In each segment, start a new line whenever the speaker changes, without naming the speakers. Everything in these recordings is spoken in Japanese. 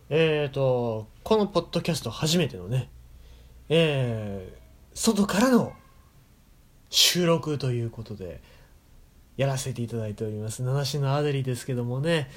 このポッドキャスト初めてのね、外からの収録ということでやらせていただいております。七種のアデリですけどもね、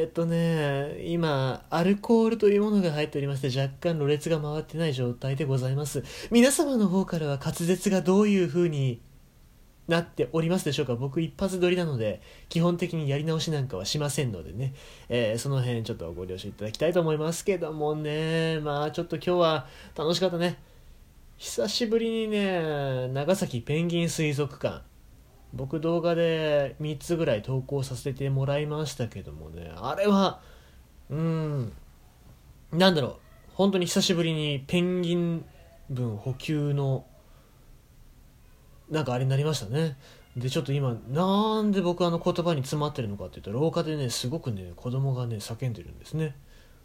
今アルコールというものが入っておりまして、若干ろれつが回ってない状態でございます。皆様の方からは滑舌がどういう風になっておりますでしょうか。僕一発撮りなので基本的にやり直しなんかはしませんのでね、その辺ちょっとご了承いただきたいと思いますけどもね。まあちょっと今日は楽しかったね。久しぶりにね、長崎ペンギン水族館、僕動画で3つぐらい投稿させてもらいましたけどもね、あれはなんだろう、本当に久しぶりにペンギン分補給のなんかあれになりましたね。でちょっと今なんで僕言葉に詰まってるのかっていうと、廊下でねすごくね子供がね叫んでるんですね。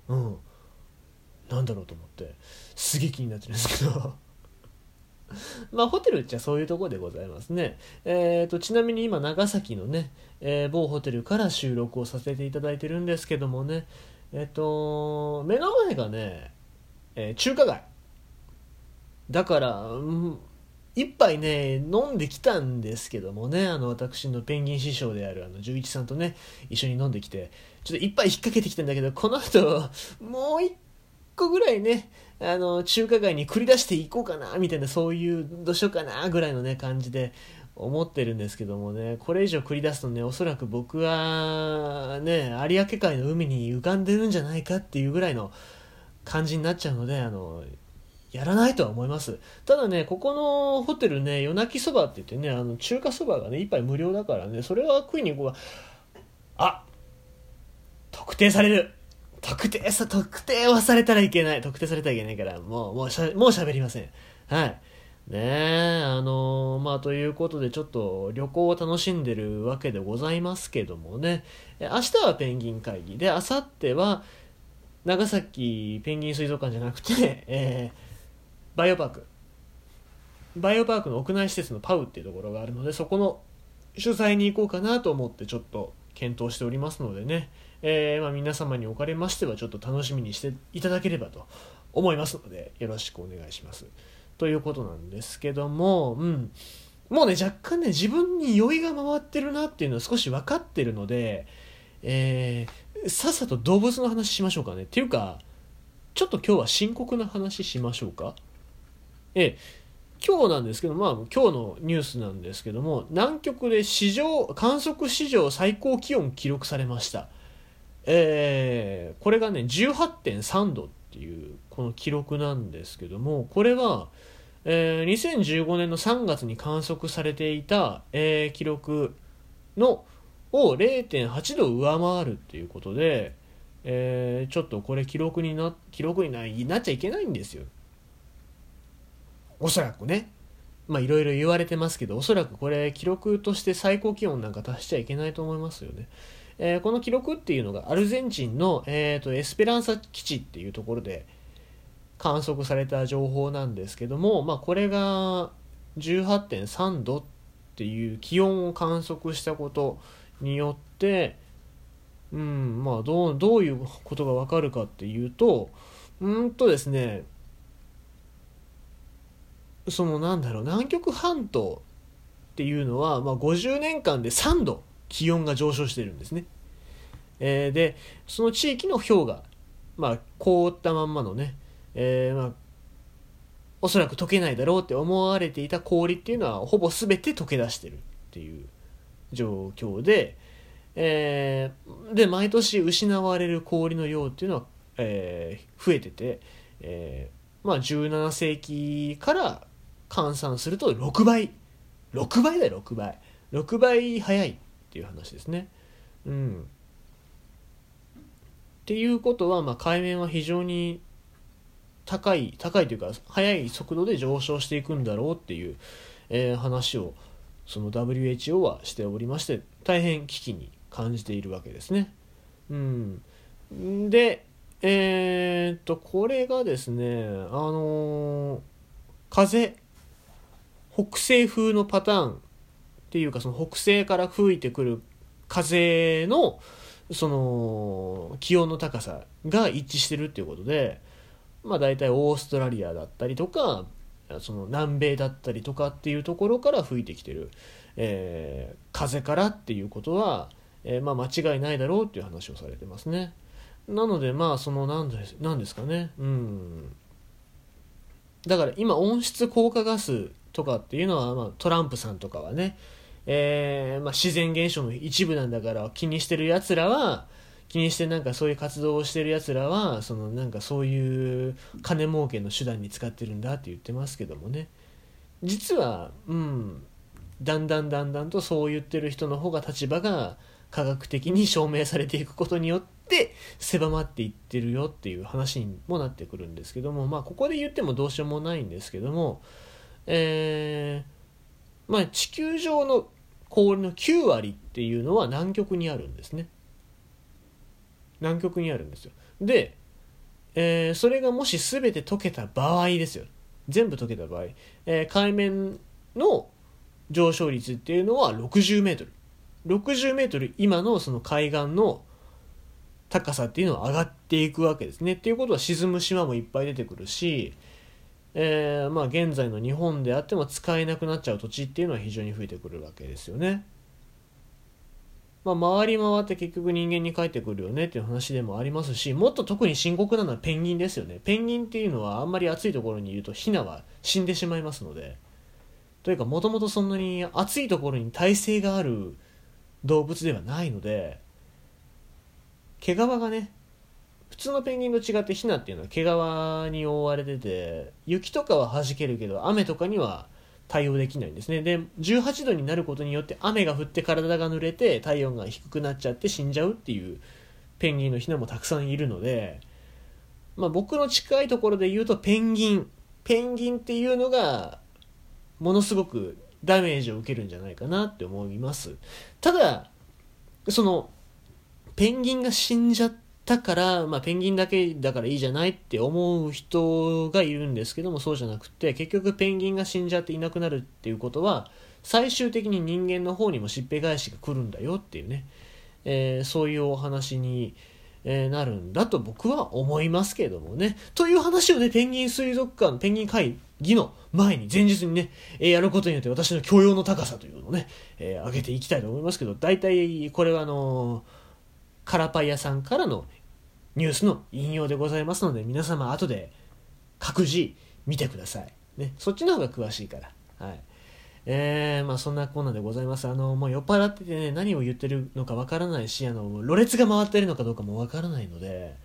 なんだろうと思ってすげえ気になってるんですけどまあホテルっちゃそういうところでございますね。ちなみに今長崎のね、某ホテルから収録をさせていただいてるんですけどもね、目の前がね、中華街だから、一杯ね飲んできたんですけどもね、私のペンギン師匠である十一さんとね一緒に飲んできて、ちょっと一杯引っ掛けてきたんだけど、この後もう一個ぐらいね中華街に繰り出していこうかなみたいな、そういうどうしようかなぐらいのね感じで思ってるんですけどもね、これ以上繰り出すとね、おそらく僕はね有明海の海に浮かんでるんじゃないかっていうぐらいの感じになっちゃうので、やらないとは思います。ただね、ここのホテルね、夜泣きそばって言ってね、中華そばがね一杯無料だからね、それは食いに行こうが。あ、特定される。特定はされたらいけない。特定されたらいけないから、もう喋りません。はい。ねえ、まあ、ということで、ちょっと旅行を楽しんでるわけでございますけどもね、明日はペンギン会議で、明後日は長崎ペンギン水族館じゃなくて、バイオパーク。バイオパークの屋内施設のパウっていうところがあるので、そこの取材に行こうかなと思ってちょっと検討しておりますのでね、まあ、皆様におかれましてはちょっと楽しみにしていただければと思いますので、よろしくお願いしますということなんですけども、もうね若干ね自分に酔いが回ってるなっていうのは少し分かってるので、さっさと動物の話しましょうかね。っていうかちょっと今日は深刻な話しましょうか。今日なんですけど、まあ今日のニュースなんですけども、南極で観測史上最高気温記録されました。これがね 18.3 度っていうこの記録なんですけども、これは、2015年の3月に観測されていた、記録のを 0.8 度上回るっていうことで、ちょっとこれ記録になっちゃいけないんですよ、おそらくね。まあいろいろ言われてますけど、おそらくこれ記録として最高気温なんか達しちゃいけないと思いますよね。この記録っていうのがアルゼンチンの、エスペランサ基地っていうところで観測された情報なんですけども、まあこれが 18.3 度っていう気温を観測したことによって、まあどういうことがわかるかっていうと、ですね、南極半島っていうのは、まあ、50年間で3度気温が上昇しているんですね。でその地域の氷が、まあ、凍ったまんまのね、まあ、おそらく溶けないだろうって思われていた氷っていうのはほぼ全て溶け出してるっていう状況で、で毎年失われる氷の量っていうのは、増えてて、まあ、17世紀から換算すると6倍だよ、6倍早いっていう話ですね。っていうことは、まあ、海面は非常に高いというか速い速度で上昇していくんだろうっていう、話をその WHO はしておりまして、大変危機に感じているわけですね。でこれがですね、風、北西風のパターンっていうか、その北西から吹いてくる風の、 その気温の高さが一致してるっていうことで、まあ大体オーストラリアだったりとか、その南米だったりとかっていうところから吹いてきてる、風からっていうことは、まあ間違いないだろうっていう話をされてますね。なのでまあそのなんですかね、だから今温室効果ガスとかっていうのは、まあ、トランプさんとかはね、まあ、自然現象の一部なんだから気にしてるやつらは気にしてなんかそういう活動をしてるやつらはそのなんかそういう金儲けの手段に使ってるんだって言ってますけどもね、実はだんだんとそう言ってる人の方が立場が科学的に証明されていくことによって狭まっていってるよっていう話にもなってくるんですけども、まあここで言ってもどうしようもないんですけども、まあ地球上の氷の9割っていうのは南極にあるんですね。南極にあるんですよ。で、それがもし全て溶けた場合ですよ。全部溶けた場合、海面の上昇率っていうのは60メートル。60メートル今のその海岸の高さっていうのは上がっていくわけですね。っていうことは沈む島もいっぱい出てくるし、まあ現在の日本であっても使えなくなっちゃう土地っていうのは非常に増えてくるわけですよね。まあ回り回って結局人間に帰ってくるよねっていう話でもありますし、もっと特に深刻なのはペンギンですよね。ペンギンっていうのはあんまり暑いところにいるとヒナは死んでしまいますので、というかもともとそんなに暑いところに耐性がある動物ではないので、毛皮がね、普通のペンギンと違ってヒナっていうのは毛皮に覆われてて、雪とかは弾けるけど雨とかには対応できないんですね。で18度になることによって雨が降って体が濡れて体温が低くなっちゃって死んじゃうっていうペンギンのヒナもたくさんいるので、まあ僕の近いところで言うとペンギンっていうのがものすごくダメージを受けるんじゃないかなって思います。ただそのペンギンが死んじゃったから、まあ、ペンギンだけだからいいじゃないって思う人がいるんですけども、そうじゃなくて結局ペンギンが死んじゃっていなくなるっていうことは最終的に人間の方にもしっぺ返しが来るんだよっていうね、そういうお話になるんだと僕は思いますけどもね。という話をね、ペンギン水族館、ペンギン会議の前に前日にね、やることによって私の許容の高さというのをね、上げていきたいと思いますけど、大体これはカラパイ屋さんからのニュースの引用でございますので、皆様後で各自見てください。ね、そっちの方が詳しいから。はい。まあそんなコーナーでございます。もう酔っ払っててね、何を言ってるのかわからないし、ろれつが回ってるのかどうかもわからないので、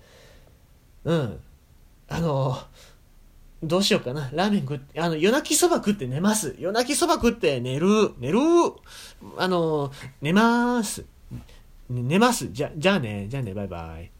どうしようかな。ラーメン食って、夜泣きそば食って寝ます。夜泣きそば食って寝る。寝ます。寝ます。じゃあね、バイバイ。